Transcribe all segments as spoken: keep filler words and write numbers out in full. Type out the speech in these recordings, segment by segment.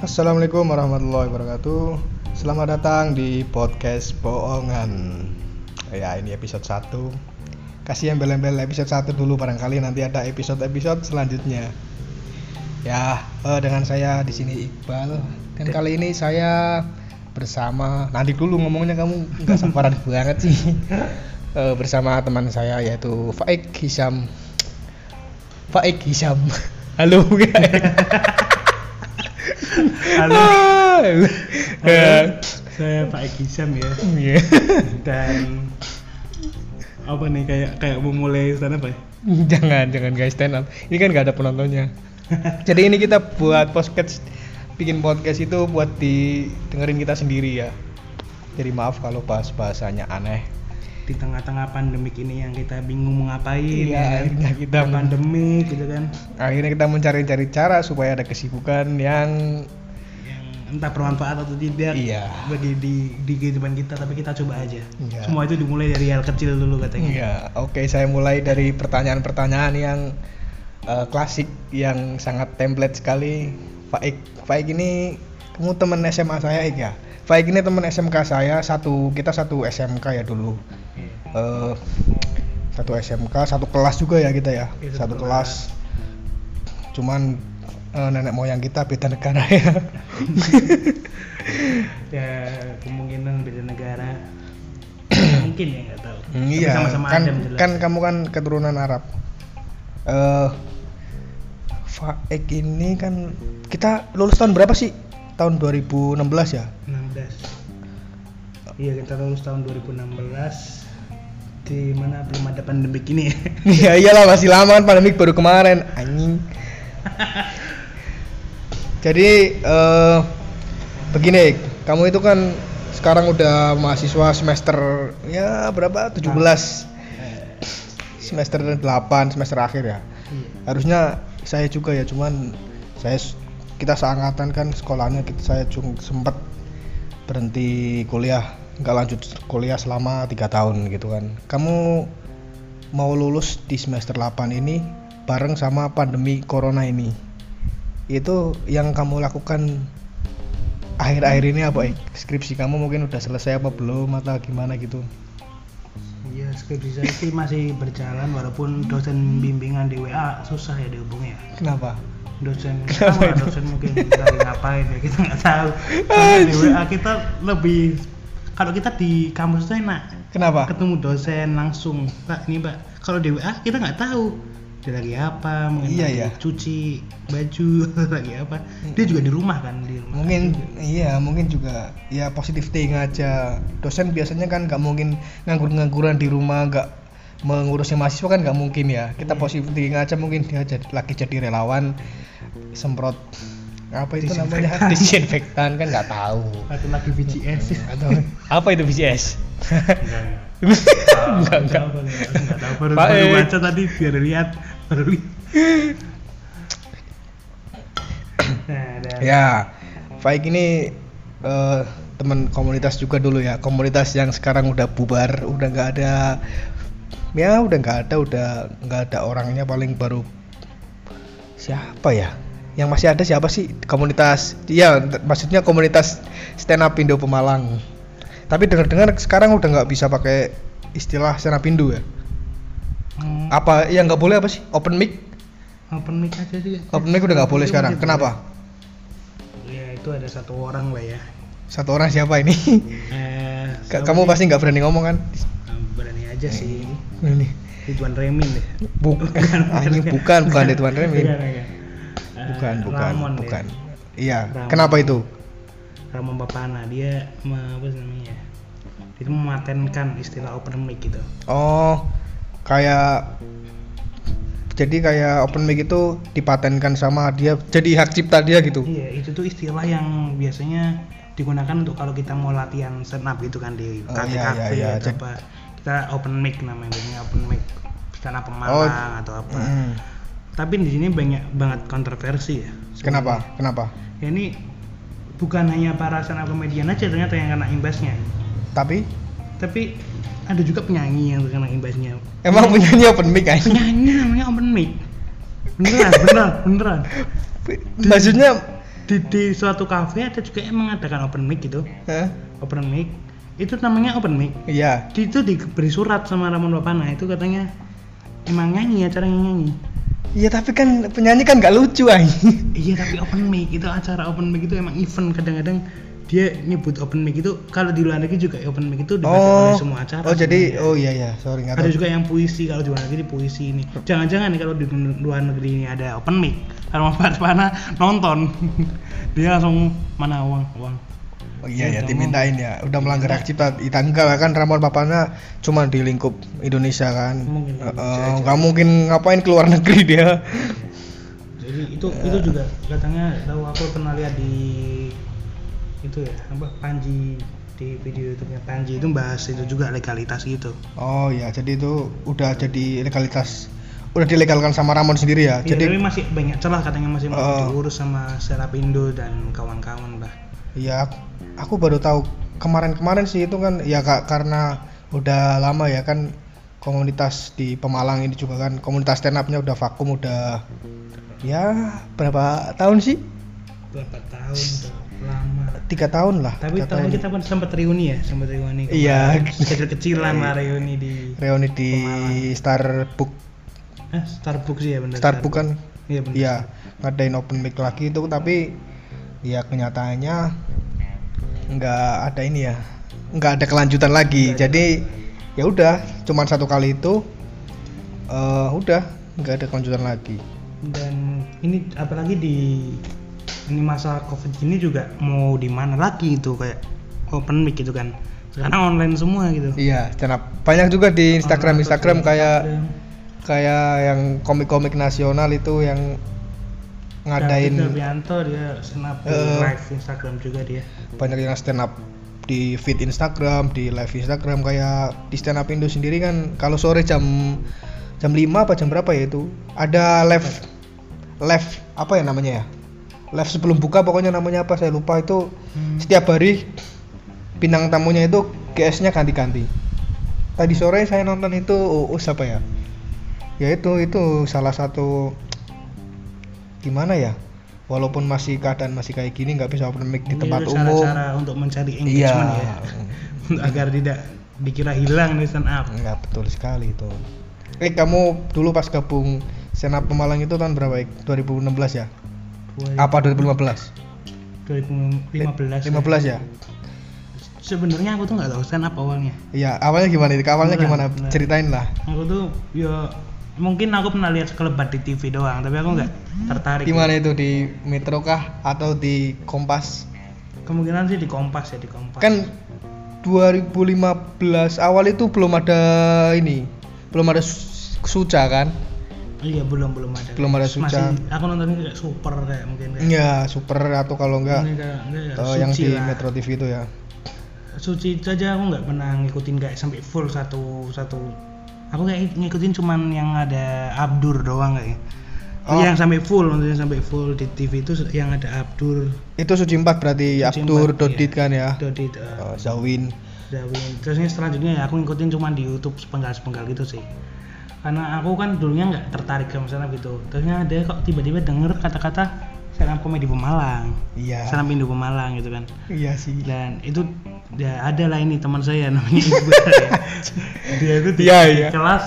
Assalamualaikum warahmatullahi wabarakatuh. Selamat datang di podcast Bohongan. Ya, ini episode satu. Kasih embel-embel episode satu dulu, barangkali nanti ada episode-episode selanjutnya. Ya, eh, dengan saya di sini Iqbal. Dan kali ini saya bersama, nanti dulu ngomongnya, kamu enggak sabaran banget sih. Eh, bersama teman saya yaitu Faik Hisham. Faik Hisham. Halo guys. Halo, halo, saya Pak Hisham ya. Iya. Dan apa nih kayak kayak mau mulai stand up ya? Jangan, jangan guys, stand up. Ini kan nggak ada penontonnya. Jadi ini kita buat podcast, bikin podcast itu buat didengerin kita sendiri ya. Jadi maaf kalau bahas bahasanya aneh. Di tengah-tengah pandemik ini yang kita bingung mau ngapain. Iya, ya kan? akhirnya kita men- pandemik gitu kan. Akhirnya kita mencari-cari cara supaya ada kesibukan yang Yang entah bermanfaat atau tidak. Iya. Bagi di di kehidupan kita, tapi kita coba aja. Iya. Semua itu dimulai dari hal kecil dulu katanya. Iya, oke, saya mulai dari pertanyaan-pertanyaan yang uh, klasik, yang sangat template sekali. Faik, Faik ini kamu teman S M A saya ya? Faik ini teman S M K saya, satu kita satu S M K ya dulu. Uh, satu S M K, satu kelas juga ya kita ya, ya satu kelas. Cuman uh, nenek moyang kita beda negara ya. Ya kemungkinan beda negara. Mungkin ya, nggak tahu. Hmm, Tapi iya, sama-sama kan Adam jelas. kan kamu kan keturunan Arab. Uh, Faik ini kan kita lulus tahun berapa sih? Tahun dua ribu enam belas ya? enam belas. Iya, kita lulus tahun dua ribu enam belas. Di mana belum ada pandemik ini. Iya iyalah, masih lama kan, pandemik baru kemarin anjing. Jadi uh, begini, kamu itu kan sekarang udah mahasiswa semester ya berapa? tujuh belas. Semester delapan, semester akhir ya. Harusnya saya juga ya, cuman saya kita seangkatan kan sekolahnya, kita saya cuma sempat berhenti kuliah, nggak lanjut kuliah selama tiga tahun gitu kan. Kamu mau lulus di semester delapan ini bareng sama pandemi corona ini. Itu yang kamu lakukan akhir-akhir ini apa? Skripsi kamu mungkin udah selesai apa belum atau gimana gitu? Iya, skripsi saya sih masih berjalan walaupun dosen bimbingan di W A susah ya dihubungi ya. Kenapa? Dosen Kenapa sama itu? dosen mungkin lagi ngapain ya, kita nggak tahu. Soalnya di W A kita lebih, kalau kita di kampus itu enak. Kenapa? Ketemu dosen langsung, Pak ini Pak. Kalau di W A kita nggak tahu dia lagi apa, mungkin Iya, lagi ya. cuci baju lagi apa. Dia juga di rumah kan, di rumah. Mungkin iya, mungkin juga ya positif thing aja. Dosen biasanya kan nggak mungkin nganggur-ngangguran di rumah, nggak mengurusi mahasiswa kan nggak mungkin ya. Kita Iya. positif thing aja, mungkin dia jadi, lagi jadi relawan semprot apa itu namanya, disinfektan kan nggak tahu. Atau lagi V C S. Atau apa itu V C S? Enggak, enggak, enggak. enggak tahu, baru, Pak, baru eh. baca tadi biar lihat, baru lihat. Nah, dan Ya, Faik ini uh, teman komunitas juga dulu ya. Komunitas yang sekarang udah bubar, udah nggak ada, ya udah nggak ada, udah nggak ada orangnya, paling baru siapa ya? Yang masih ada siapa sih? Komunitas, iya, maksudnya komunitas stand up Indo Pemalang. Tapi dengar-dengar sekarang udah nggak bisa pakai istilah stand up Indo ya? hmm, Apa yang nggak boleh apa sih? Open mic? open mic aja sih. Open mic udah nggak boleh sekarang. Kenapa? Ya itu ada satu orang lah ya. Satu orang siapa ini? Eh, Ka- siapa Kamu sih? pasti nggak berani ngomong kan? Ah, berani aja sih. Ini. Ridwan Remin deh. Bukan, anjing, bukan, bukan Ridwan Remin. Bukan, bukan. Eh, Bukan, bukan, Ramon deh. bukan. Iya, Ramon. kenapa itu? Ramon Papana, dia me- apa sih namanya? Dia mematenkan istilah open mic gitu. Oh, kayak jadi kayak open mic itu dipatenkan sama dia, jadi hak cipta dia gitu. Iya, itu tuh istilah yang biasanya digunakan untuk kalau kita mau latihan stand up gitu kan di Oh, kafe-kafe iya, iya, atau iya. apa. Kita open mic namanya, biasanya open mic stand up Pemalang Oh, atau apa. Mm. Tapi di sini banyak banget kontroversi ya. Kenapa? sebenarnya. Kenapa? Ya ini bukan hanya para stand up comedian aja ternyata yang kena imbasnya. Tapi Tapi ada juga penyanyi yang terkena imbasnya. emang penyanyi open mic kan? Penyanyi namanya open mic. Beneran, beneran, beneran. Maksudnya di, di suatu kafe ada juga yang mengadakan open mic gitu. Hah? Open mic itu namanya open mic. Iya. Di, itu diberi surat sama Ramon Bapana itu katanya emang nyanyi acaranya nyanyi. Iya tapi kan penyanyi kan nggak lucu ay. Iya tapi open mic itu acara open mic itu emang event kadang-kadang dia nyebut open mic itu kalau di luar negeri juga open mic itu dipakai Oh. oleh semua acara. Oh jadi sebenarnya. oh iya iya sorry nggak Ada tahu. juga yang puisi kalau di luar negeri puisi ini. Jangan-jangan nih kalau di luar negeri ini ada open mic, kalau mana nonton dia langsung mana uang uang. Oh iya ya Ya, dimintain ya. Udah melanggar hak cipta. Ita enggak kan Ramon Bapana cuma di lingkup Indonesia kan. Mungkin Uh, Indonesia uh, aja. nggak mungkin ngapain keluar negeri dia. Jadi itu itu juga katanya tahu aku pernah lihat di itu ya apa Panji di video YouTube-nya Panji itu bahas itu juga legalitas gitu. Oh iya jadi itu udah jadi legalitas. Udah dilegalkan sama Ramon sendiri ya. Iya, jadi tapi masih banyak celah katanya masih mau Uh. diurus sama Serapindo dan kawan-kawan bah. iya aku baru tahu kemarin-kemarin sih itu kan ya kak karena udah lama ya kan komunitas di Pemalang ini juga kan komunitas stand up-nya udah vakum udah ya berapa tahun sih? Berapa tahun tuh lama. Tiga tahun lah. Tapi tiga tahun tahun. kita pun sempat reuni ya, sempat reuni. Iya. Kecil-kecilan lah reuni di Reuni di Pemalang. Starbook. Eh, Starbucks sih ya benar. Starbook kan Iya benar. iya ngadain open mic lagi itu tapi ya kenyataannya nggak ada ini ya nggak ada kelanjutan lagi Nggak ada. jadi ya udah cuman satu kali itu eh udah nggak ada kelanjutan lagi. Dan ini apalagi di ini masa Covid gini juga mau di mana lagi itu kayak open mic gitu kan. Sekarang online semua gitu. Iya stand up banyak juga di Instagram Online Instagram atau di kayak Instagram. kayak yang komik-komik nasional itu yang ngadain David Darbianto dia stand up di Eh. live Instagram juga dia. banyak yang stand up di feed Instagram, di live Instagram kayak di stand up Indo sendiri kan kalau sore jam jam lima apa jam berapa ya itu ada live live apa ya namanya ya live sebelum buka pokoknya namanya apa saya lupa itu Hmm. setiap hari bintang tamunya itu G S-nya ganti-ganti. Tadi sore saya nonton itu Uus apa ya ya itu itu salah satu gimana ya walaupun masih keadaan masih kayak gini nggak bisa open mic di Ini tempat itu umum. cara-cara untuk mencari engagement Iya. ya. Agar tidak dikira hilang di stand up. Enggak betul sekali itu. Eh kamu dulu pas gabung stand up Pemalang itu tahun berapa? dua ribu enam belas ya? Apa dua ribu lima belas? dua ribu lima belas. lima belas ya? Sebenarnya aku tuh nggak tahu stand up awalnya. Iya, awalnya gimana itu? Awalnya Beneran, gimana? beneran. Ceritain lah. Aku tuh ya mungkin aku pernah lihat sekelebat di T V doang, tapi aku nggak tertarik. Di mana itu di Metro kah atau di Kompas? Kemungkinan sih di Kompas ya di Kompas. Kan dua ribu lima belas awal itu belum ada ini. Belum ada su- Suca kan? Iya belum belum ada. Belum ada Masih Suca. aku nontonnya kayak super kayak mungkin kayak. Iya, super atau kalau enggak Mungkin kayak, enggak ya, eh, yang Suci di lah. Metro T V itu ya. Suci itu aja aku nggak pernah ngikutin kayak sampai full satu satu. Aku kayak ngikutin cuman yang ada Abdur doang kayak. Oh. Yang sampai full, maksudnya sampai full di T V itu yang ada Abdur, Itu Suci empat berarti Suci Abdur, empat, Dodit iya. kan ya. Dodit, uh, Eh, Zawin. Dawin. Terusnya selanjutnya ya aku ngikutin cuman di YouTube sepenggal-sepenggal gitu sih. Karena aku kan dulunya nggak tertarik sama stand up gitu. Terusnya ada kok tiba-tiba denger kata-kata stand up komedi Pemalang, Iya. stand up Indo Pemalang gitu kan. Iya sih. Dan itu ya ada lah ini teman saya namanya Iqbal ya. Dia itu di, Iya, di iya. kelas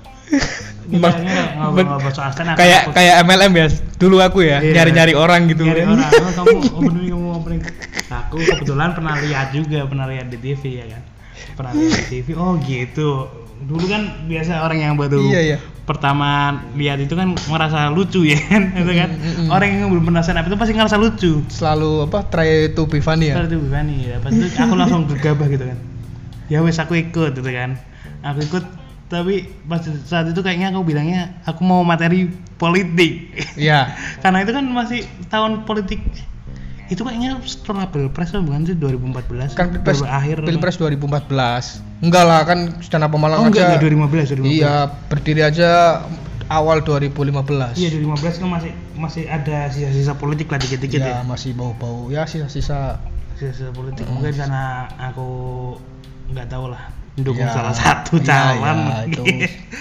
Mas- kita kayak ngobrol-ngobrol soal stand up. Kayak Aku- kayak M L M ya. Dulu aku ya Iya. nyari-nyari orang gitu. nyari orang. Oh, kamu opening kamu opening. Aku kebetulan pernah lihat juga, pernah lihat di T V ya kan. Pernah lihat di T V. Oh gitu. Dulu kan biasa orang yang baru Iya, iya. pertama lihat itu kan merasa lucu ya kan, itu kan. Mm, mm, mm. Orang yang belum pernah stand up itu pasti ngerasa lucu. Selalu apa try to be funny ya. Kalau itu bukan ya, pas itu aku langsung gegabah gitu kan. Ya wes aku ikut gitu kan. Aku ikut tapi pas saat itu kayaknya aku bilangnya aku mau materi politik. Iya. Karena itu kan masih tahun politik. Itu kayaknya setelah Pilpres kan bukan sih dua ribu empat belas. Kan Pilpres akhir. Pilpres dua ribu empat belas. Enggak lah kan stand up Pemalang Oh enggak, aja. enggak dua ribu lima belas, dua ribu lima belas. Iya, berdiri aja awal dua ribu lima belas. Iya, dua ribu lima belas kan masih masih ada sisa-sisa politik lah dikit-dikit Ya, ya. masih bau-bau. Ya sisa-sisa. Sisa-sisa politik. Mm. Mungkin karena aku nggak tahu lah mendukung Ya, salah satu iya, calon. iya, itu.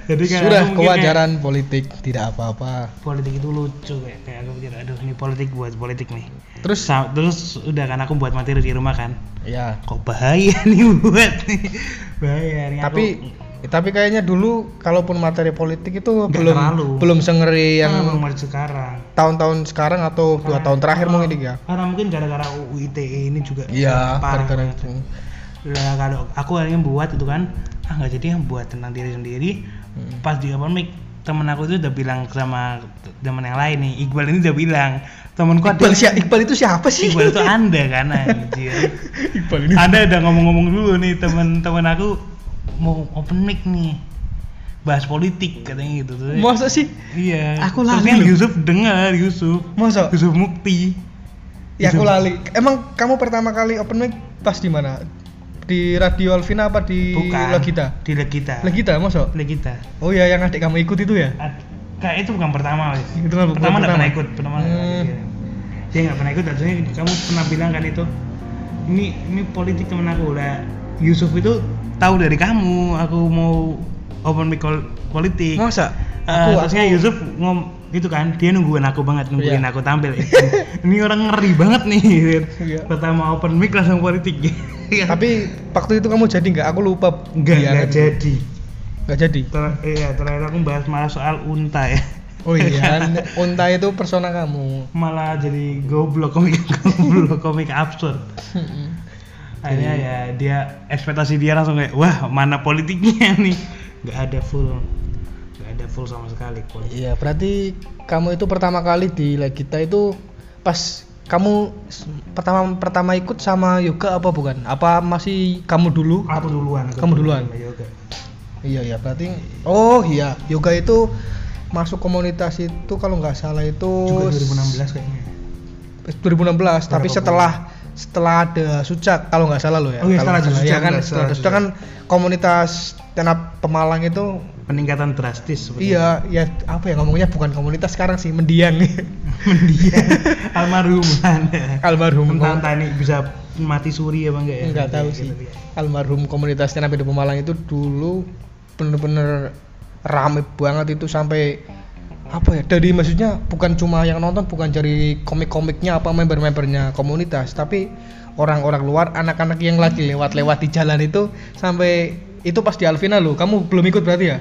Jadi kayak Sudah aku mikir kewajaran politik, tidak apa-apa. kayak politik itu lucu kayak kayak aku pikir aduh ini politik buat politik nih. Terus Sa- terus udah kan aku buat materi di rumah kan. ya, Kok bahaya nih buat nih. Bahaya nih tapi aku, tapi kayaknya dulu kalaupun materi politik itu Nggak belum terlalu. belum sengeri yang yang belum ada sekarang. tahun-tahun sekarang atau dua Karena- tahun terakhir oh, mungkin ya. Karena mungkin gara-gara U U I T E ini juga Iya, parah gara-gara banget. itu. Lah kalau aku akhirnya buat itu kan, ah nggak jadi yang buat tentang diri sendiri. Hmm. Pas di open mic temen aku itu udah bilang sama temen yang lain nih, Iqbal ini udah bilang temenku ada Iqbal, siapa, Iqbal itu siapa sih? Iqbal itu anda kan anjir. Iqbal ini. Anda udah ngomong-ngomong dulu nih temen-temen aku mau open mic nih, bahas politik katanya gitu tuh. Masa sih? Iya. Aku Terus lali yang loh. Yusuf dengar Yusuf. Masa? Yusuf Mukti. Ya aku Yusuf. lali. Emang kamu pertama kali open mic pas di mana? Di Radio Alvina apa di Bukan. Legita? Di Legita. Legita, masa? Legita. Oh ya, yang adik kamu ikut itu ya? Ad- Kayak itu bukan pertama, Wis. Itu kan bukan pertama nggak pertama. pernah ikut, pertama nggak pernah Hmm. ikut. Dia nggak pernah ikut, artinya kamu pernah bilang kan itu. Ini ini politik temen aku lah. Yusuf itu tahu dari kamu, aku mau open mic kol- politik. Masa? Aku, Aku- terusnya aku- Yusuf ngom itu kan dia nungguin aku banget, nungguin Iya. aku tampil. Ini orang ngeri banget nih. Iya. Pertama open mic langsung politik. Tapi waktu itu kamu jadi nggak? Aku lupa. enggak Iya, enggak kan? jadi. Nggak jadi. Ter- iya, terakhir aku bahas malah soal unta ya. Oh iya, kan? Unta itu persona kamu. Malah jadi goblok komik goblok komik absurd. Akhirnya Iya. ya dia ekspektasi dia langsung kayak wah mana politiknya nih, nggak ada full nggak ada full sama sekali politik. Iya, berarti kamu itu pertama kali di Legita itu pas kamu s- pertama pertama ikut sama Yoga apa bukan? Apa masih kamu dulu? Aku duluan Kamu duluan? yoga. Iya ya, berarti oh iya, Yoga itu masuk komunitas itu kalau nggak salah itu Juga dua ribu enam belas kayaknya. dua ribu enam belas, tapi Berapa setelah setelah ada Sucak kalau nggak salah lo ya. Oh iya, Kalau setelah nggak ada salah. Iya Sucak, kan, benar, setelah ada setelah Sucak kan komunitas stand up Pemalang itu Peningkatan drastis seperti iya, ya apa ya ngomongnya bukan komunitas sekarang sih, mendiang. mendiang almarhum Almarhum. tentang tani bisa mati suri apa enggak ya? Enggak tahu Gitu, sih. gitu. Almarhum komunitas stand up di Pemalang itu dulu bener-bener rame banget itu sampai apa ya, dari maksudnya bukan cuma yang nonton, bukan dari komik-komiknya apa member-membernya komunitas, tapi orang-orang luar, anak-anak yang lagi lewat-lewat di jalan itu sampai itu pas di Alvina lo, kamu belum ikut berarti ya?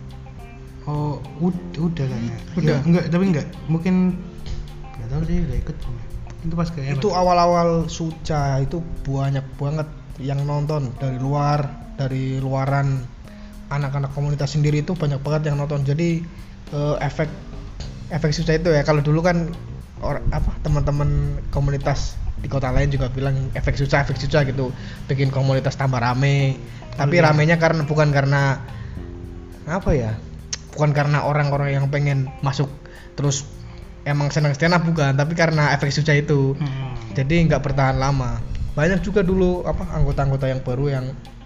Oh, ud- udah lah ya. Udah. Ya, enggak, tapi enggak. Mungkin enggak tahu sih udah ikut. Itu pas kayak Itu awal-awal Suca itu banyak banget yang nonton dari luar, dari luaran, anak-anak komunitas sendiri itu banyak banget yang nonton. Jadi eh, efek efek Suca itu ya, kalau dulu kan or, apa teman-teman komunitas di kota lain juga bilang efek Suca, efek Suca gitu, bikin komunitas tambah rame. Tapi iya. ramenya karena bukan karena apa ya? Bukan karena orang-orang yang pengen masuk terus emang senang stand up, bukan, tapi karena efek Suca itu. Hmm. Jadi nggak bertahan lama. Banyak juga dulu apa anggota-anggota yang baru yang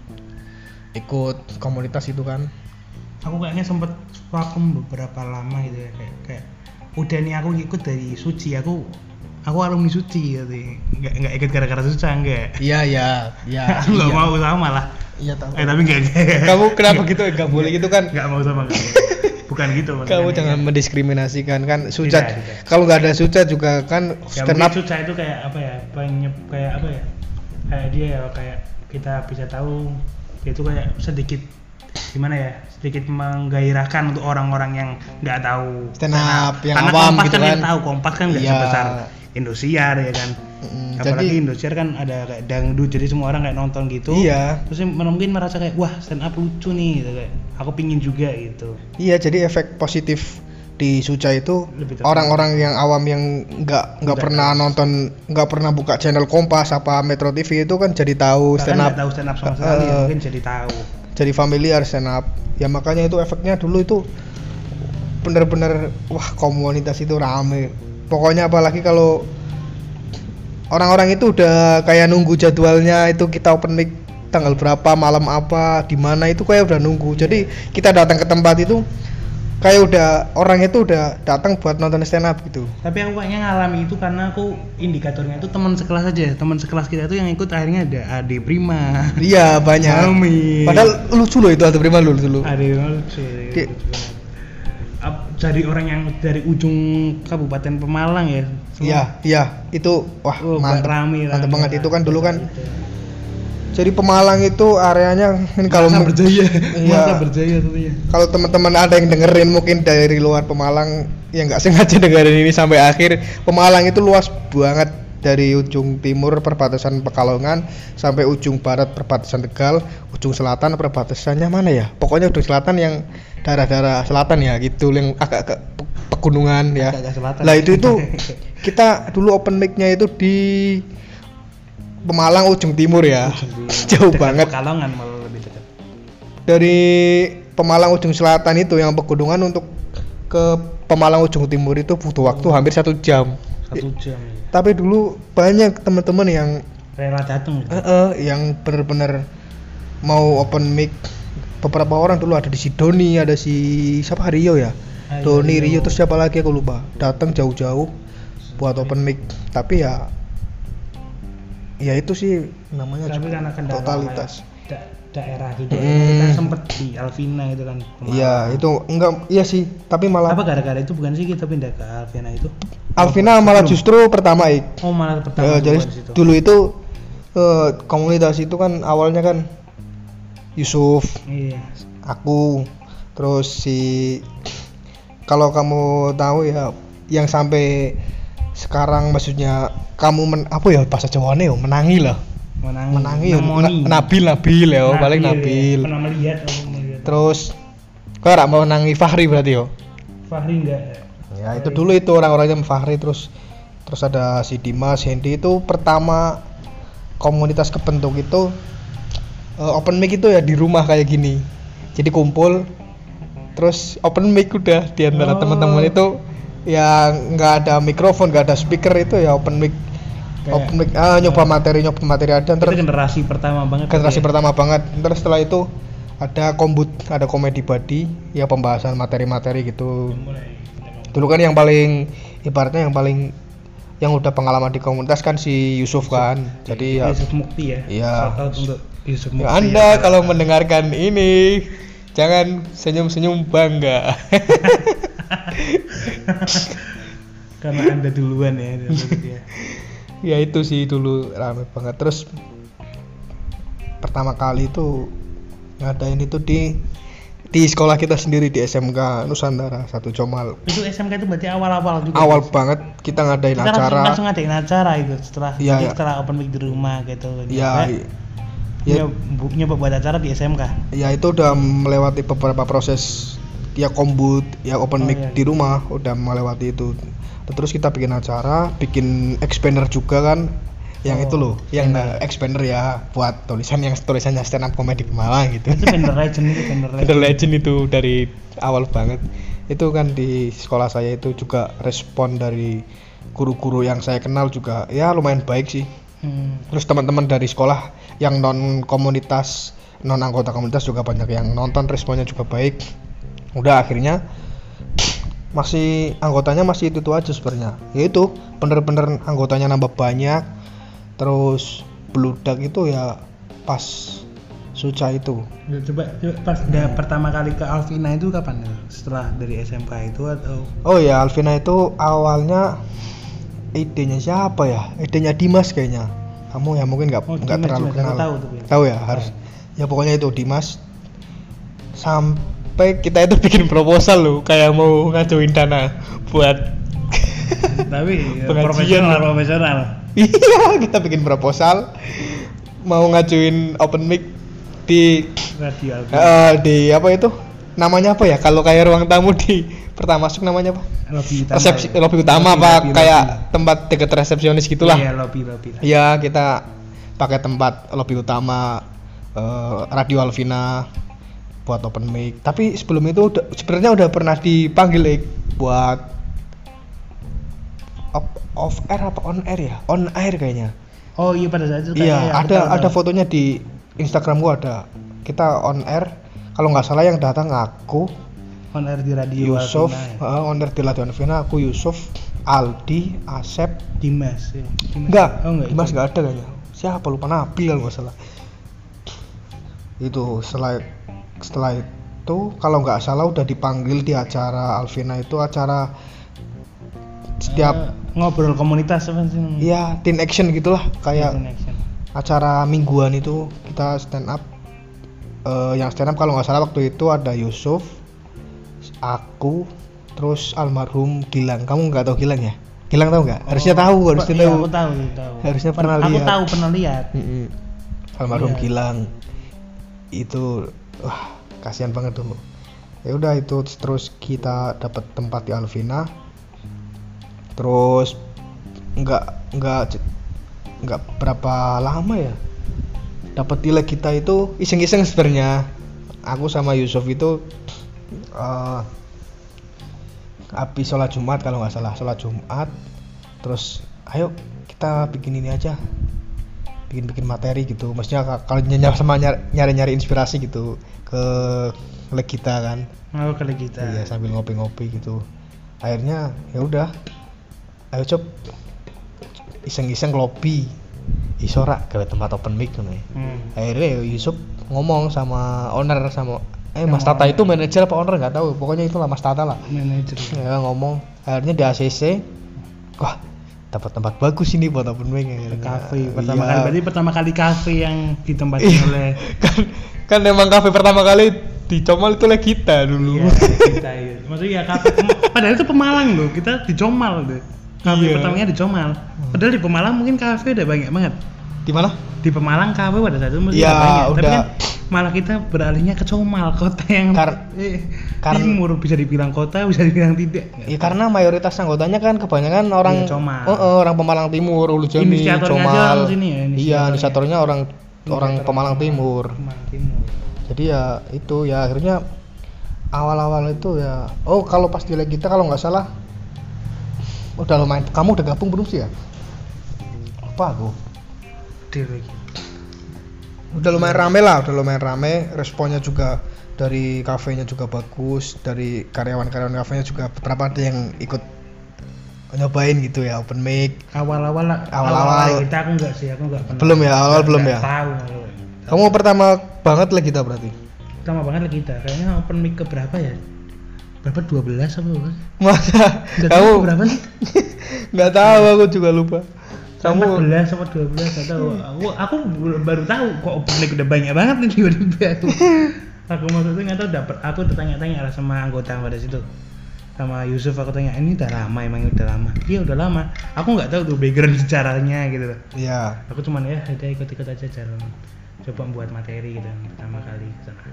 ikut komunitas itu kan. Aku kayaknya sempet vakum beberapa lama gitu ya, kayak kayak udah nih aku ikut dari Suci, aku aku alumni Suci gitu. Enggak enggak ikut gara-gara Suca enggak. Iya iya iya. Aku enggak iya. mau sama lah. Iya tahu. Eh tapi enggak. Kamu kenapa gitu? Nggak boleh gitu kan? Enggak mau sama kamu. Bukan gitu maksudnya. Kamu jangan mendiskriminasikan kan. Suca Tidak, tidak. kalau nggak ada Suca juga kan Ya, stand mungkin up. Suca itu kayak apa ya? Banyak kayak apa ya? Kayak dia ya kayak kita bisa tahu dia itu kayak sedikit gimana ya? Sedikit menggairahkan untuk orang-orang yang nggak tahu Stand up, yang Karena awam Kompas gitu kan kan. kita tahu Kompas kan nggak Iya. sebesar Indosiar ya kan. Mm, Apalagi jadi Indosiar kan ada kayak dangdut, jadi semua orang kayak nonton gitu. iya. Terus mungkin merasa kayak wah stand up lucu nih gitu kayak. Aku pingin juga gitu. Iya, jadi efek positif di Suca itu Lebih terkenal. orang-orang yang awam yang nggak nggak Nggak pernah nonton, nggak pernah buka channel Kompas apa Metro T V itu kan jadi tahu Bahkan stand up, nggak tahu stand up sama sekali ya, Eh, mungkin jadi tahu. jadi familiar stand up. Ya makanya itu efeknya dulu itu bener-bener wah komunitas itu rame. Pokoknya apalagi kalau orang-orang itu udah kayak nunggu jadwalnya itu kita open mic tanggal berapa, malam apa, di mana itu kayak udah nunggu. Jadi kita datang ke tempat itu kayak udah orang itu udah datang buat nonton stand up gitu. Tapi aku kayaknya ngalami itu karena aku indikatornya itu teman sekelas aja. Teman sekelas kita tuh yang ikut akhirnya ada Ade Prima. Iya banyak. Amin. Padahal lucu loh itu Ade Prima lucu loh. Ade lucu. Di- Dari orang yang dari ujung Kabupaten Pemalang ya. Iya iya itu wah Oh, mantep rame, mantep rame, banget rame. itu kan dulu kan. Gitu. Jadi Pemalang itu areanya ini kalau Masa mu- berjaya. Iya. Masa berjaya tentunya. Kalau teman-teman ada yang dengerin mungkin dari luar Pemalang yang nggak sengaja dengerin ini sampai akhir, Pemalang itu luas banget dari ujung timur perbatasan Pekalongan sampai ujung barat perbatasan Tegal, ujung selatan perbatasannya mana ya? Pokoknya ujung selatan yang daerah-daerah selatan ya gitu, yang agak ke pe- pegunungan ya. Agak-agak selatan. Lah itu itu kita dulu open mic-nya itu di Pemalang ujung timur ya. Jauh Dekat banget. Pekalongan malah lebih dekat. Dari Pemalang ujung selatan itu yang pegunungan untuk ke Pemalang ujung timur itu butuh waktu hampir satu jam. Satu jam. Ya. Tapi dulu banyak teman-teman yang Rela datang. Gitu. eh, eh, yang benar-benar mau open mic. Beberapa orang dulu ada di si Doni, ada si siapa Rio ya. Ah, iya, Doni, Rio. Rio terus siapa lagi aku lupa. Datang jauh-jauh buat open mic. Tapi ya ya itu sih namanya Tapi karena kendala totalitas. kayak da- daerah gitu. Hmm. Kita sempet di Alvina gitu kan. Pemalang. Iya, itu enggak iya sih, tapi malah Apa gara-gara itu bukan sih kita pindah ke Alvina itu? Alvina malah justru pertama ik. Oh malah pertama Eh, jadi di situ. dulu itu eh, komunitas itu kan awalnya kan Yusuf, Iya. aku, terus si kalau kamu tahu ya yang sampai sekarang maksudnya kamu men, apa ya bahasa Jawane yo menangi lah. Menangi. Menangi yo Nemoni. na- Nabil Nabil ya, Nabil, paling ya. Nabil. Pernah melihat aku melihat. Terus kau ora mau menangi Fahri berarti yo. Fahri enggak. Ya itu dulu itu orang-orangnya Fahri terus terus ada si Dimas, Hendy itu pertama komunitas kebentuk itu eh, open mic itu ya di rumah kayak gini. Jadi kumpul terus open mic udah di antara Oh. teman-teman itu yang nggak ada mikrofon, nggak ada speaker itu ya open mic. Kayak- Open mic ah, nyoba materi, nyoba materi ada Itu terus generasi pertama banget. generasi ya. pertama banget. Terus setelah itu ada kombut, ada komedi body, ya pembahasan materi-materi gitu. Mulai. Dulu kan yang paling ibaratnya yang paling yang udah pengalaman di komunitas kan si Yusuf kan. Jadi ya, Yusuf Mukti ya. Iya. Shout out untuk Yusuf Mukti. ya Anda kalau mendengarkan ini jangan senyum-senyum bangga. Karena Anda duluan ya. ya. Ya itu sih dulu rame banget. Terus pertama kali itu ngadain itu di di sekolah kita sendiri di S M K Nusantara satu Comal. Itu S M K itu berarti awal-awal juga. Awal banget kita ngadain Kita langsung, acara. langsung ngadain acara itu setelah Iya, jadi iya. setelah open mic di rumah gitu. Ya, Ya, ya, bu- nyoba buat acara di S M K. ya itu udah melewati beberapa proses ya kombut, ya open Oh, mic iya. di rumah udah melewati itu. Terus kita bikin acara, bikin expander juga kan. Yang Oh, itu loh, yang expander. nah, expander ya buat tulisan yang tulisannya stand up comedy Pemalang gitu. Itu Bender Legend itu Bender Legend. The Legend itu dari awal banget. Itu kan di sekolah saya itu juga respon dari guru-guru yang saya kenal juga ya lumayan baik sih. Hmm. Terus teman-teman dari sekolah yang non komunitas, non anggota komunitas juga banyak yang nonton, responnya juga baik. Udah akhirnya masih anggotanya masih itu, itu aja sebenarnya. Yaitu bener-bener anggotanya nambah banyak. Terus beludak itu ya pas Suca itu. Ya, coba, coba pas da, pertama kali ke Alvina itu kapan ya? Setelah dari S M K itu atau Oh ya, Alvina itu awalnya idenya siapa ya? Idenya Dimas kayaknya. Kamu ya mungkin nggak Oh, nggak Dimas, terlalu Dimas. kenal. Aku tahu tuh, ya. Tahu ya, harus. Ya pokoknya itu Dimas. Sampai kita itu bikin proposal loh, kayak mau ngajuin dana buat tapi ya, Pengajian. profesional profesional. iya, kita bikin proposal mau ngajuin open mic di Radio Alvina. eh, di apa itu? Namanya apa ya? Kalau kayak ruang tamu di pertama masuk namanya apa? Lobby utama. Resepsi ya. lobby utama Lobby, apa lobby, kayak lobby. tempat deket resepsionis gitulah. Iya, lobby lobby. lah. Iya, kita pakai tempat lobby utama eh, Radio Alvina buat open mic. Tapi sebelum itu udah, sebenarnya udah pernah dipanggil Ik, buat off, off air apa on air ya? On air kayaknya. Oh iya pada saat itu Iya, kayaknya ya, aku ada tahu, ada tahu. fotonya di Instagram gua ada. Kita on air. Kalau nggak salah yang datang aku, on air di radio Yusuf, Alvina, ya? uh, owner di Radio Alvina, aku Yusuf, Aldi, Asep, Dimas ya. Dimas. enggak, Oh, enggak Dimas itu. enggak ada kayaknya. Siapa lupa Nabil kalau nggak salah. Itu setelah setelah itu kalau nggak salah udah dipanggil di acara Alvina itu acara setiap Eh, ngobrol komunitas apa sih namanya? ya teen action gitulah kayak Connection. acara mingguan itu kita stand up. Eh, yang stand up kalau nggak salah waktu itu ada Yusuf, aku, terus almarhum Gilang. Kamu nggak tahu Gilang ya? Gilang tahu nggak? Harusnya Oh, tahu, harusnya iya, tahu. aku tahu, tahu. Harusnya Pen- pernah aku lihat. tahu pernah lihat. Mm-mm. Almarhum Iya. Gilang itu wah kasihan banget dulu. Ya udah itu terus kita dapat tempat di Alvina. Terus nggak nggak nggak berapa lama ya dapat nilai kita itu iseng-iseng sebenarnya. Aku sama Yusuf itu uh, habis sholat Jumat kalau nggak salah sholat Jumat terus ayo kita bikin ini aja bikin-bikin materi gitu maksudnya ka- kalau nyari sama nyari- nyari-nyari inspirasi gitu ke leg kita kan Oh, kalau kita. iya sambil ngopi-ngopi gitu akhirnya ya udah ayo cob iseng-iseng lobby isora ke tempat open mic kan ya Hmm. akhirnya Yusuf ngomong sama owner sama eh Mas Sama Tata owner. itu manajer apa owner nggak tahu pokoknya itulah Mas Tata lah Manajer. ya ngomong akhirnya di A C C wah dapat tempat bagus ini buat open mic akhirnya. Kafe pertama Iya. kali berarti pertama kali kafe yang ditempati Iya. oleh kan kan emang kafe pertama kali di Comal itu lah kita dulu iya, kita iya. Maksudnya ya kafe Pem- padahal itu Pemalang loh, kita di Comal tuh. Kafe Iya. pertamanya di Comal. Padahal di Pemalang mungkin kafe udah banyak banget. di mana Di Pemalang kafe pada saat itu mesti Iya, udah banyak. Tapi udah. kan malah kita beralihnya ke Comal, kota yang Kar- eh, kar- timur bisa dibilang kota, bisa dibilang tidak. ya karena mayoritas anggotanya kan kebanyakan orang Iya, Comal. Oh, oh, orang Pemalang Timur Ulu Jami Inisiatornya aja Comal orang sini ya, iya inisiatornya. inisiatornya orang orang Inisiator Pemalang Timur Pemalang Timur. jadi ya itu ya akhirnya awal-awal itu ya oh kalau pas di leg kita kalau nggak salah udah lumayan kamu udah gabung belum sih ya apa aku Di lagi. udah lumayan rame lah udah lumayan rame responnya juga dari kafenya juga bagus dari karyawan-karyawan kafenya juga beberapa ada yang ikut nyobain gitu ya open mic Awal-awal lah. Awal-awal. kita aku enggak sih, aku enggak pernah. Belum ya, awal Nggak- belum nggak ya? Tahu malu. kamu pertama banget leg kita berarti Lama banget lah kita. Kayaknya open mic ke berapa ya? Berapa dua belas apa berapa? masa Nggak tahu kamu berapa sih? nggak tahu aku juga lupa Kamu kamu empat belas apa dua belas enggak tahu. Aku aku baru tahu kok open mic udah banyak banget nih tiba-tiba aku. Aku maksudnya enggak tahu dapat aku tanya-tanya lah sama anggota pada situ. Sama Yusuf aku tanya, "Ini udah lama emang udah lama?" Iya, udah lama. Aku nggak tahu tuh background sejarahnya gitu loh. iya Aku cuman ya udah ikut-ikut aja jalan. Coba buat materi gitu pertama kali ke sana.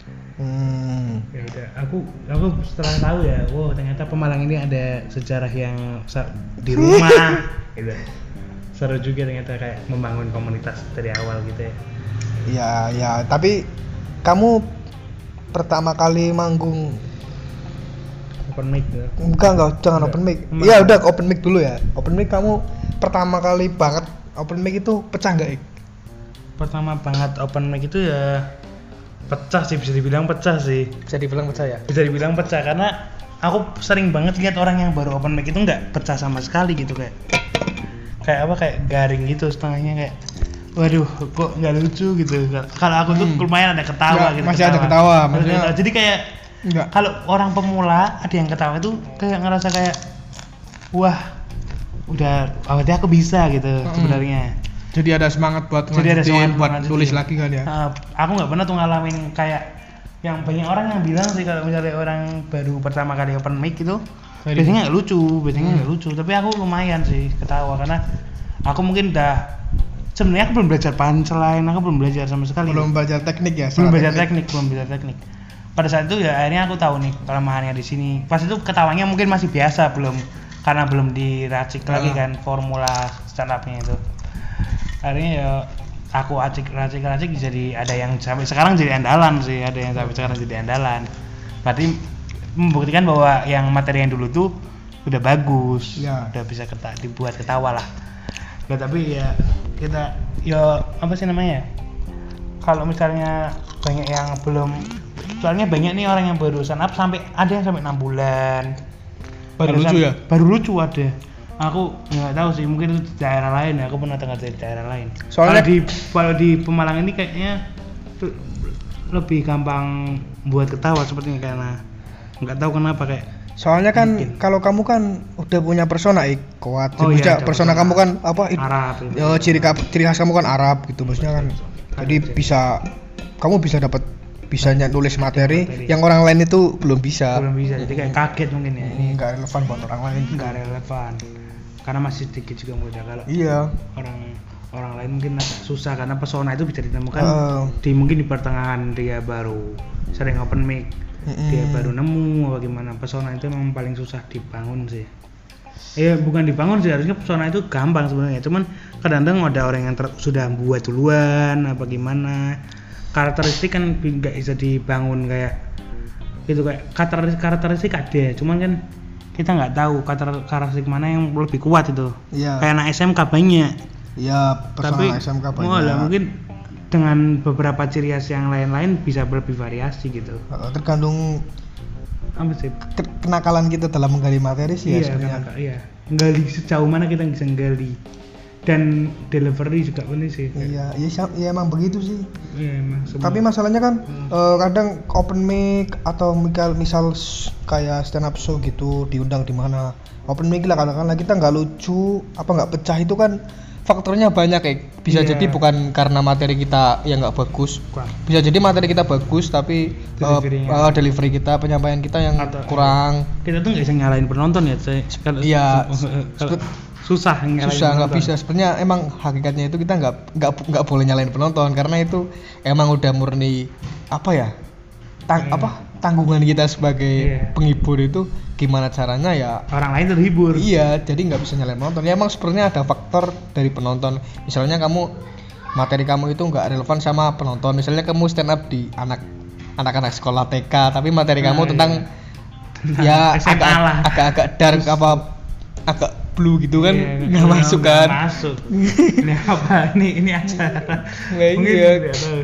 hmm. Ya udah, aku aku setelah tahu ya, wow ternyata Pemalang ini ada sejarah yang sa- di rumah gitu. Seru juga ternyata kayak membangun komunitas dari awal gitu ya. ya ya tapi kamu pertama kali manggung Open mic gitu. enggak enggak jangan Enggak. open mic Emang. iya udah open mic dulu ya open mic kamu pertama kali banget open mic itu pecah nggak Ik? Pertama banget open mic itu ya pecah sih, bisa dibilang pecah sih. bisa dibilang pecah ya Bisa dibilang pecah karena aku sering banget lihat orang yang baru open mic itu nggak pecah sama sekali gitu, kayak kayak apa kayak garing gitu setengahnya, kayak waduh kok nggak lucu gitu. Kalau aku tuh Hmm. lumayan ada ketawa Nggak, gitu, masih ada ketawa, Masih maksudnya- ada ketawa. Jadi kayak enggak kalau orang pemula ada yang ketawa itu kayak ngerasa kayak wah udah awalnya aku bisa gitu Hmm. sebenarnya. jadi ada semangat buat Jadi ada ngelanjutin, semangat buat ngelanjutin. tulis lagi kan ya Uh, aku nggak pernah tuh ngalamin kayak yang banyak orang yang bilang sih kalau misalnya orang baru pertama kali open mic itu Jadi- biasanya nggak lucu, biasanya Hmm. nggak lucu. Tapi aku lumayan sih ketawa karena aku mungkin udah sebenarnya aku belum belajar punchline, aku belum belajar sama sekali. belum belajar teknik ya belum secara belajar teknik, belum belajar teknik. Pada saat itu ya akhirnya aku tahu nih kelemahannya di sini. Pas itu ketawanya mungkin masih biasa, belum karena belum diracik lagi Ah. kan formula stand up-nya itu. Akhirnya ya aku acik racik racik jadi ada yang sampai sekarang jadi andalan sih, ada yang sampai sekarang jadi andalan. Berarti membuktikan bahwa yang materi yang dulu tuh udah bagus, Ya. udah bisa keta dibuat ketawa lah. Ya tapi ya kita ya apa sih namanya? Kalau misalnya banyak yang belum Soalnya banyak nih orang yang baru stand up sampai ada yang sampai enam bulan. Baru Ada lucu sam- ya? Baru lucu ada. Aku nggak tahu sih, mungkin itu di daerah lain ya. Aku pernah dengar dari daerah lain. Soalnya- kalau di kalau di Pemalang ini kayaknya tuh lebih gampang buat ketawa sepertinya karena nggak tahu kenapa kayak. Soalnya kan Mungkin. kalau kamu kan udah punya persona ik kuat. Oh, Maksudnya iya, ada persona persona. kamu kan apa? it- Arab itu. ya, ciri kap- ciri khas kamu kan Arab gitu maksudnya kan. Jadi bisa kamu bisa dapat bisa ny- nulis materi, Materi. yang orang lain itu belum bisa. Belum bisa, jadi kayak kaget mungkin ya. Ini Enggak relevan buat orang lain. nggak relevan karena masih sedikit juga mudah. Kalau Iya. orang orang lain mungkin agak susah karena pesona itu bisa ditemukan Eh. di mungkin di pertengahan dia baru sering open mic. Mm-mm. Dia baru nemu bagaimana pesona itu memang paling susah dibangun sih. Eh bukan dibangun sih, harusnya pesona itu gampang sebenarnya. Cuman kadang-kadang ada orang yang ter- sudah buat duluan apa gimana. Karakteristik kan nggak bisa dibangun kayak gitu, kayak karakteristik karakteristik ada. Cuman kan kita nggak tahu karakter- karakteristik mana yang lebih kuat itu. Iya. Kayak anak S M K banyak. Iya, Tapi persona S M K banyak. oh lah, mungkin dengan beberapa ciri khas yang lain-lain bisa lebih variasi gitu. Eh, tergantung Apa sih? ke- kenakalan kita dalam menggali materi sih ya Iya, sebenarnya. karena- iya. Gali sejauh mana kita bisa gali. Dan delivery juga penting sih. Iya, iya, sa- iya emang begitu sih. Iya, emang semua. Tapi masalahnya kan Hmm. eh, kadang open mic atau misal misal s- kayak stand up show gitu diundang di mana open mic lah, kadang-kadang kita nggak lucu apa nggak pecah itu kan faktornya banyak kayak bisa Iya. jadi bukan karena materi kita yang nggak bagus, Kurang. bisa jadi materi kita bagus tapi eh, Delivery-nya. eh, delivery kita, penyampaian kita yang Atau- kurang. Kita tuh nggak bisa nyalain penonton ya, saya. Kalau Iya, kalau spe- susah nyalain susah nggak penonton. bisa sebenarnya. Emang hakikatnya itu kita nggak nggak nggak boleh nyalain penonton karena itu emang udah murni apa ya tang Iya. apa tanggungan kita sebagai Iya. penghibur itu gimana caranya ya. Orang lain terhibur. Iya, jadi nggak bisa nyalain penonton ya. Emang sebenarnya ada faktor dari penonton, misalnya kamu materi kamu itu nggak relevan sama penonton, misalnya kamu stand up di anak anak-anak sekolah T K tapi materi Nah, kamu iya. tentang Tentang ya S M A agak lah. agak-agak dark apa agak blue gitu kan Iya, nggak masuk nggak kan. masuk. Ini apa? Ini ini acara. Nah, Mungkin iya. nggak tahu.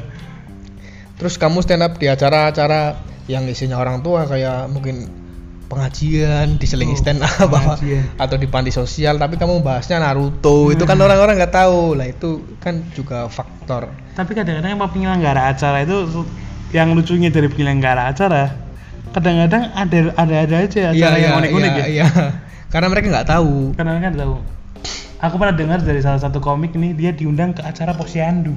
Terus kamu stand up di acara-acara yang isinya orang tua kayak mungkin pengajian, diselingi Oh, stand up apa, pengajian. atau di panti sosial tapi kamu bahasnya Naruto, itu kan Hmm. orang-orang nggak tahu lah, itu kan juga faktor. Tapi kadang-kadang emang penyelenggara acara itu su- yang lucunya dari penyelenggara acara kadang-kadang ada ada ada aja acara yang unik-unik iya, ya. iya. Karena mereka nggak tahu. Kadang-kadang kan tahu. Aku pernah dengar dari salah satu komik nih, dia diundang ke acara Posyandu.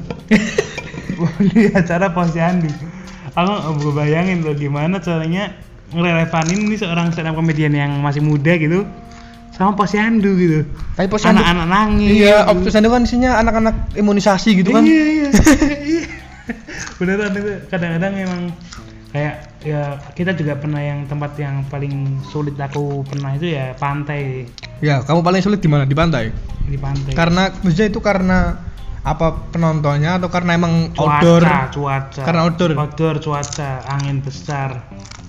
Di acara Posyandu. Aku nggak bayangin loh gimana caranya ngerelevanin ini seorang stand up comedian yang masih muda gitu sama Posyandu gitu. Tapi posyandu, Anak-anak nangis. iya, gitu. posyandu kan isinya anak-anak imunisasi gitu kan. Iya iya. Iya. Beneran itu kadang-kadang emang kayak ya kita juga pernah yang tempat yang paling sulit aku pernah itu ya pantai, Ya, kamu paling sulit di mana? Di pantai. di pantai. Karena maksudnya itu karena apa, penontonnya atau karena emang cuaca, outdoor? cuaca. Karena outdoor. Outdoor cuaca, angin besar.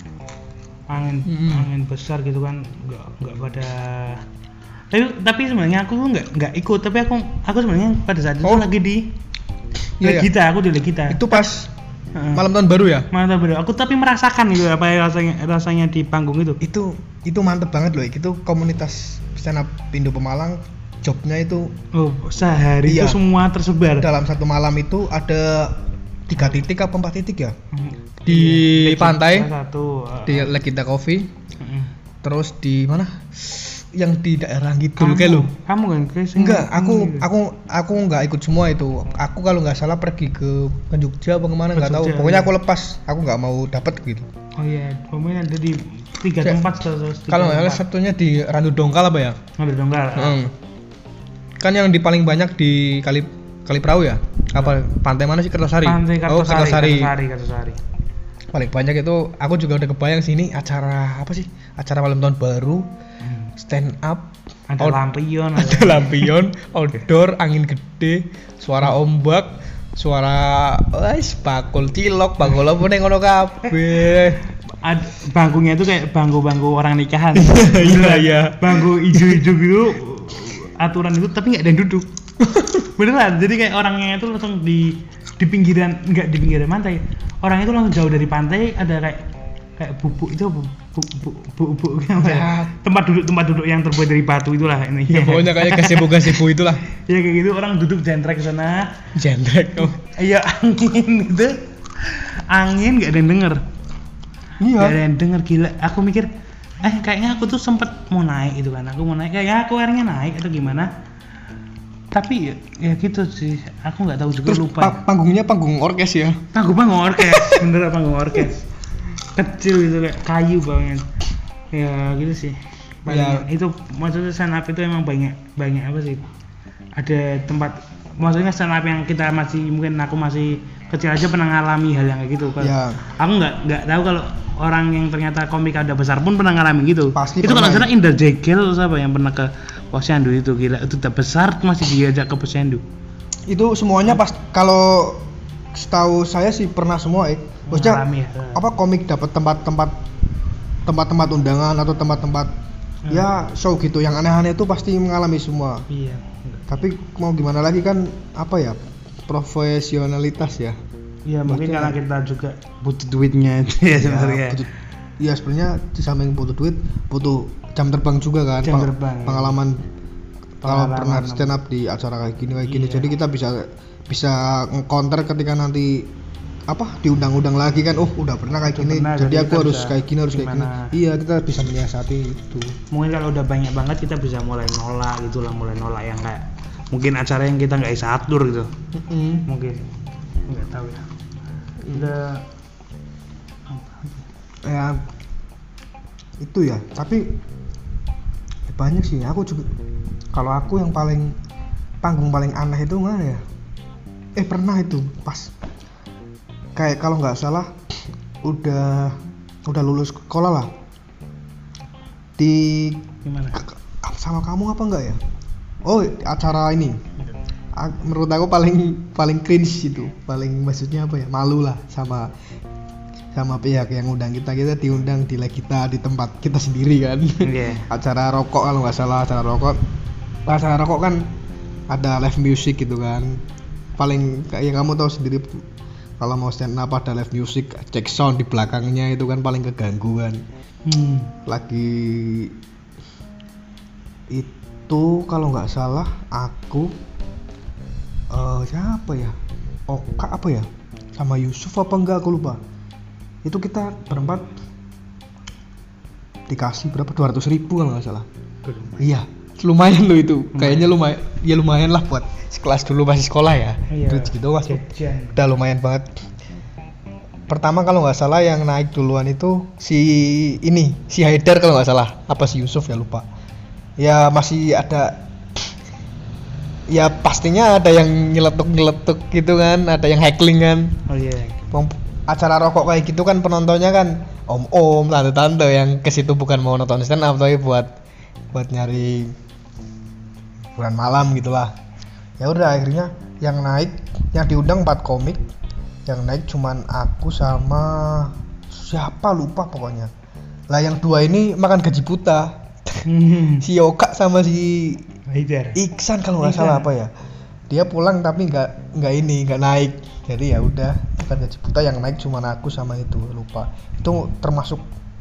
Angin Mm-mm. angin besar gitu kan nggak nggak pada tapi tapi sebenarnya aku tuh nggak nggak ikut, tapi aku aku sebenarnya pada saat itu Oh. lagi di Iya, iya. Legita, aku di Legita. Itu pas Heeh. malam tahun baru ya? Mantap bro, aku tapi merasakan gitu apa ya rasanya rasanya di panggung itu. Itu itu mantep banget loh. Itu komunitas stand up Indo Pemalang, jobnya itu Oh, sehari Iya. itu semua tersebar. dalam satu malam itu ada tiga titik apa empat titik ya? Hmm. Di Legita pantai, satu. uh, di Legita Coffee, mm. terus di mana? Yang di daerah gitu Kamu, kayak lo. kamu kan ke sini? Enggak, aku Hmm. aku aku nggak ikut semua itu. Aku kalau nggak salah pergi ke ke Jogja apa kemana Ke nggak tahu. Jogja, Pokoknya iya. aku lepas. Aku nggak mau dapat gitu. Oh iya, pokoknya ada di tiga Ya, tempat terus. Kalau nggak salah satunya di Randu Dongkal apa ya? ada dongkal. Hmm. Kan yang di paling banyak di Kali Kali Perahu ya? Apa pantai mana sih, Kertosari? Pantai Oh, Kartosari. Kertosari. Kartosari, Kartosari. Paling banyak itu aku juga udah kebayang sini acara apa sih? Acara malam tahun baru, Hmm. stand up, Ada out- lampion, ada lampion, outdoor, angin gede, suara ombak, suara wes bakul cilok, bakul apa ning ngono kabeh. Ad, bangkunya itu kayak bangku-bangku orang nikahan. Iya, iya. Bangku ijo-ijo gitu aturan itu tapi nggak ada yang duduk. Beneran, jadi kayak orangnya itu langsung di di pinggiran, nggak di pinggiran pantai, orang itu langsung jauh dari pantai ada kayak kayak bubuk itu bu bu bu bu, bu ya. tempat duduk tempat duduk yang terbuat dari batu itulah ini ya pokoknya kayak gazebo gazebo itulah ya kayak gitu orang duduk jentrek ke sana jentrek oh iya angin gitu angin gak ada yang denger iya gak ada yang denger gila aku mikir eh kayaknya aku tuh sempet mau naik gitu kan aku mau naik kayaknya aku akhirnya naik atau gimana tapi ya, ya gitu sih aku nggak tahu juga. Terus lupa pa- panggungnya panggung orkes ya panggung panggung orkes bener panggung orkes kecil gitu kayak kayu banget ya gitu sih banyak ya. Itu maksudnya stand up itu emang banyak banyak apa sih ada tempat maksudnya stand up yang kita masih mungkin aku masih kecil aja pernah ngalami hal yang kayak gitu kan ya. Aku nggak nggak tahu kalau orang yang ternyata komik ada besar pun pernah ngalamin gitu. Pasti itu kalau sana ya. Indra Jegel siapa yang pernah ke Posyandu itu gila itu udah besar masih diajak ke Posyandu itu semuanya pas kalau setahu saya sih pernah semua eh maksudnya ya. apa komik dapat tempat-tempat tempat-tempat undangan atau tempat-tempat hmm. ya show gitu yang aneh-aneh itu pasti mengalami semua iya tapi mau gimana lagi kan apa ya profesionalitas ya iya mungkin karena kita juga butuh duitnya itu ya sebenarnya ya, iya sebenarnya di samping butuh duit butuh jam terbang juga kan jam terbang pengalaman ya. kalau pernah stand up di acara kayak gini kayak gini iya. jadi kita bisa bisa nge-counter ketika nanti apa diundang-undang lagi kan oh udah pernah kayak gini pernah, jadi aku harus kayak gini harus gimana? kayak gini iya kita bisa menyiasati itu mungkin kalau udah banyak banget kita bisa mulai nolak gitu lah mulai nolak yang kayak mungkin acara yang kita nggak bisa atur gitu mm-hmm. mungkin nggak tahu ya udah ya itu ya tapi ya banyak sih aku juga kalau aku yang paling panggung paling aneh itu mana ya eh pernah itu pas kayak kalau nggak salah udah udah lulus sekolah lah di gimana k- sama kamu apa enggak ya oh acara ini A- menurut aku paling paling cringe itu paling maksudnya apa ya malu lah sama sama pihak yang undang kita kita diundang di leg kita di tempat kita sendiri kan yeah. acara rokok kalau nggak salah acara rokok acara rokok kan ada live music gitu kan paling kayak kamu tahu sendiri kalau mau stand up ada live music cek sound di belakangnya itu kan paling kegangguan hmm. lagi itu kalau nggak salah aku uh, siapa ya Oka apa ya sama Yusuf apa enggak aku lupa itu kita berempat dikasih berapa dua ratus ribu kalau nggak salah iya lumayan loh itu lumayan. Kayaknya lumayan ya lumayan lah buat sekelas dulu masih sekolah ya iya, duit gitu mas jajan. Udah lumayan banget pertama kalau nggak salah yang naik duluan itu si ini si Haidar kalau nggak salah apa si Yusuf ya lupa ya masih ada ya pastinya ada yang nyeletuk-nyeletuk gitu kan ada yang heckling kan oh iya yeah. Acara rokok kayak gitu kan penontonnya kan om-om tante-tante yang ke situ bukan mau nonton stand up tapi buat buat nyari bulan malam gitulah ya udah akhirnya yang naik yang diundang empat komik yang naik cuman aku sama siapa lupa pokoknya lah yang dua ini makan gaji buta si Yoka sama si Haidar Iksan kalau nggak salah apa ya dia pulang tapi nggak nggak ini nggak naik jadi ya udah makan gaji buta yang naik cuman aku sama itu lupa itu termasuk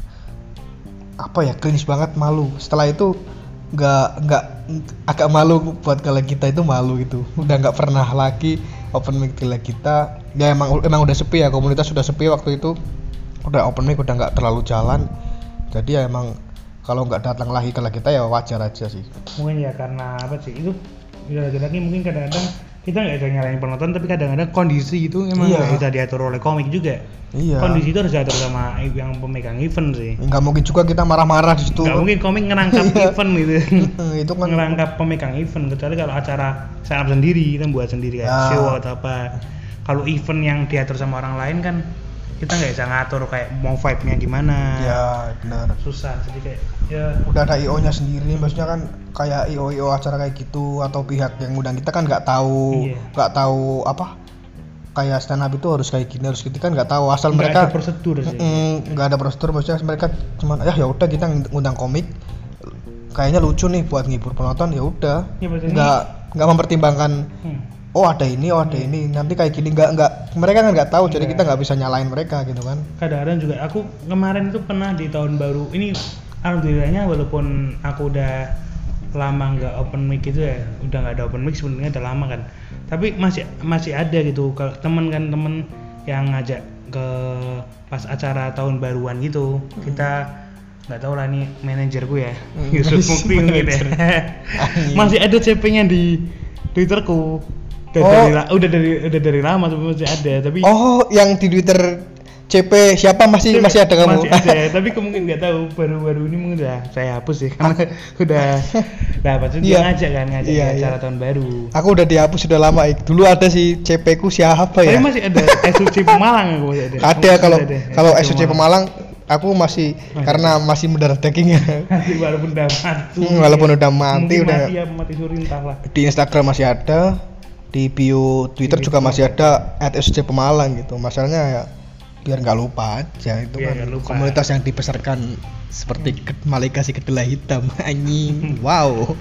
apa ya cringe banget malu setelah itu nggak nggak agak malu buat kalau kita itu malu gitu udah nggak pernah lagi open mic di kita ya emang emang udah sepi ya komunitas sudah sepi waktu itu udah open mic udah nggak terlalu jalan jadi ya emang kalau nggak datang lagi ke kita ya wajar aja sih mungkin ya karena apa sih itu ya lagi-lagi mungkin kadang-kadang kita nggak bisa nyalain penonton tapi kadang-kadang kondisi itu emang nggak iya. bisa diatur oleh komik juga iya kondisi itu harus diatur sama yang pemegang event sih nggak mungkin juga kita marah-marah di situ nggak mungkin komik ngerangkap event gitu itu kan ngerangkap pemegang event kecuali kalau acara stand up sendiri kita buat sendiri kayak ya. show atau apa kalau event yang diatur sama orang lain kan kita nggak bisa ngatur kayak mau vibe-nya gimana ya benar susah jadi kayak ya udah ada I O-nya sendiri maksudnya kan kayak I O I O acara kayak gitu atau pihak yang ngundang kita kan nggak tahu nggak iya. tahu apa kayak stand up itu harus kayak gini harus gitu kan nggak tahu asal nggak mereka ada prosedur sih nggak ada prosedur maksudnya mereka cuma ya ya udah kita ngundang komik kayaknya lucu nih buat ngibur penonton ya udah ya, nggak nggak mempertimbangkan hmm. oh ada ini, oh ada ini, nanti kayak gini nggak nggak mereka kan nggak tahu, jadi Nggak. kita nggak bisa nyalain mereka gitu kan. Kadang-kadang juga aku kemarin itu pernah di tahun baru ini, alhamdulillahnya walaupun aku udah lama nggak open mic gitu ya, udah nggak ada open mic sebenarnya udah lama kan, tapi masih masih ada gitu kalau temen kan temen yang ngajak ke pas acara tahun baruan gitu. hmm. Kita nggak tahu lah nih manajerku ya, Hmm, Yusuf Mukti mungkin ya. Masih ada C P-nya di Twitterku. Udah, Oh. dari, la- udah dari udah dari lama tapi masih ada, tapi Oh, yang di Twitter C P siapa masih masih ada kamu? Masih ada, tapi kemungkinan nggak tahu baru-baru ini mungkin udah saya hapus sih karena udah nah pasti dia Iya. ngajak kan ngajak Iya, di acara iya. tahun baru. Aku udah dihapus sudah lama. Ik. Dulu ada si C P ku siapa Tapi ya? masih ada S U C Pemalang aku masih ada. Ada Masih kalau ada, kalau S U C S U C Pemalang aku masih Masih. karena masih mendarah dagingnya. Masih walaupun udah mati. Hmm, walaupun udah mati, Mungkin udah- mati ya mati suri entah lah. Di Instagram masih ada, di bio Twitter Di juga Twitter. masih ada at S U C Pemalang gitu. Masalahnya ya biar nggak lupa aja itu Biar kan nggak lupa. komunitas yang dibesarkan seperti ke- malaikat si kedelai hitam anjing. Wow.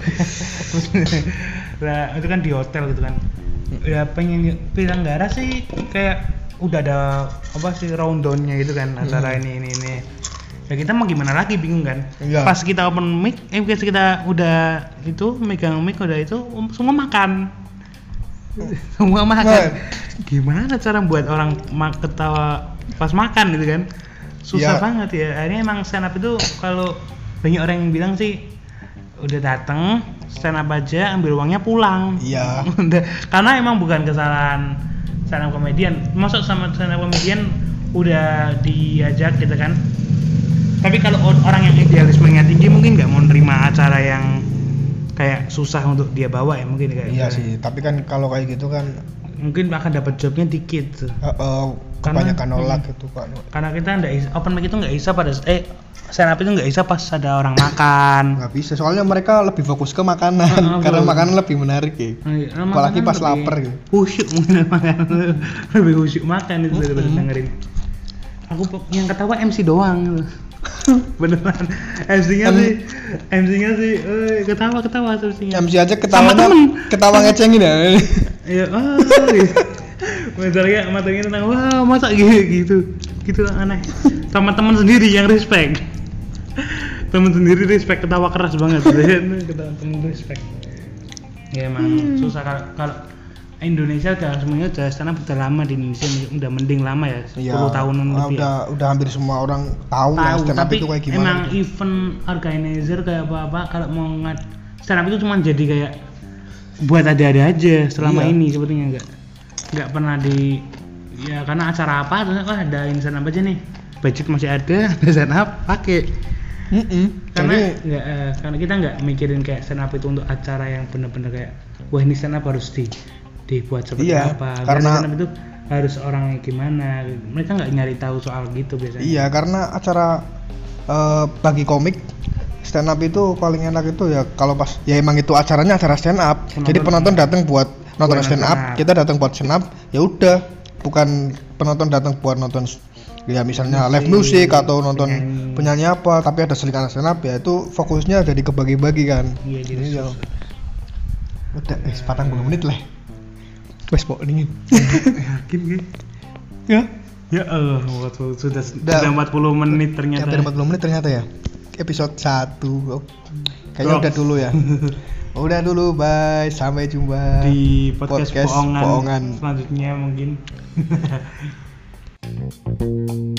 Nah itu kan di hotel gitu kan. Ya pengen Pilanggaras sih kayak udah ada apa sih rundownnya gitu kan antara Hmm. ini ini ini. Ya kita mau gimana lagi bingung kan. Iya. Pas kita open mic, eh pas kita udah itu megang mic udah itu um, semua makan. Semua makan. Nah. Gimana cara buat orang ma- ketawa pas makan gitu kan? Susah Ya. banget ya. Akhirnya emang stand up itu kalau banyak orang yang bilang sih udah dateng stand up aja ambil uangnya pulang. Iya. Udah, karena emang bukan kesalahan stand up comedian. Masuk sama stand up comedian udah diajak gitu kan. Tapi kalau o- orang yang idealismenya tinggi mungkin nggak mau nerima acara yang kayak susah untuk dia bawa ya mungkin kayak Iya gitu. sih, tapi kan kalau kayak gitu kan Mungkin akan dapat jobnya dikit tuh. uh, uh, Karena- kebanyakan nolak hmm. gitu Pak. Karena kita nggak is- open mic itu nggak bisa pada eh stand up itu nggak bisa pas ada orang makan. Nggak bisa, soalnya mereka lebih fokus ke makanan Ah, karena betul. makanan lebih menarik ya. Iya, Apalagi makanan pas lebih lapar gitu. Khusyuk mungkin makan. Lebih khusyuk makan itu daripada Mm-mm. dengerin. Aku pe- yang ketawa M C doang gitu. Beneran. M C-nya Em- sih M C-nya sih eh, ketawa-ketawa terus M C-nya. M C aja ketawanya temen. ketawa ngecengin ya. Iya, oh, gitu. Misalnya matanya tentang wah masa gitu gitu gitu aneh. Sama teman sendiri yang respect. Teman sendiri respect ketawa keras banget. Ketawa temen respect. Ya emang susah kalau kalau Indonesia udah semuanya udah stand up udah lama di Indonesia udah mending lama ya sepuluh tahunan ah, lebih. udah udah hampir semua orang tahu lah Tahu, stand up tapi itu kayak gimana. emang gitu. event organizer kayak apa-apa kalau mau ngad stand up itu cuma jadi kayak buat ada-ada aja selama Iya. ini sepertinya enggak enggak pernah di ya karena acara apa terus wah ada stand up aja nih budget masih ada ada stand up pakai Mm-mm. karena Jadi nggak eh, karena kita nggak mikirin kayak stand up itu untuk acara yang benar-benar kayak wah ini stand up harus di dibuat seperti Iya, apa karena- stand up itu harus orangnya gimana mereka nggak nyari tahu soal gitu biasanya. iya, karena acara eh, bagi komik stand up itu paling enak itu ya kalau pas ya emang itu acaranya acara stand up. Penonton- Jadi penonton datang buat nonton Buat stand up, stand up. kita datang buat stand up, ya udah. Bukan penonton datang buat nonton s- ya misalnya live Musik, music atau nonton penyanyi. penyanyi apa, tapi ada selingan stand up ya itu fokusnya jadi kebagi-bagi kan. Iya, jadi Iya. susah. Udah, eh patang puluh menit lah. Wes pok dingin. Yakin gak? Ya. Ya Allah, waktu sudah Udah. sudah empat puluh menit ternyata. Hampir empat puluh menit ternyata ya. Episode satu. Oh, kayaknya Goks. udah dulu ya. Udah dulu, bye. Sampai jumpa Di podcast, Podcast bohongan, bohongan. selanjutnya mungkin.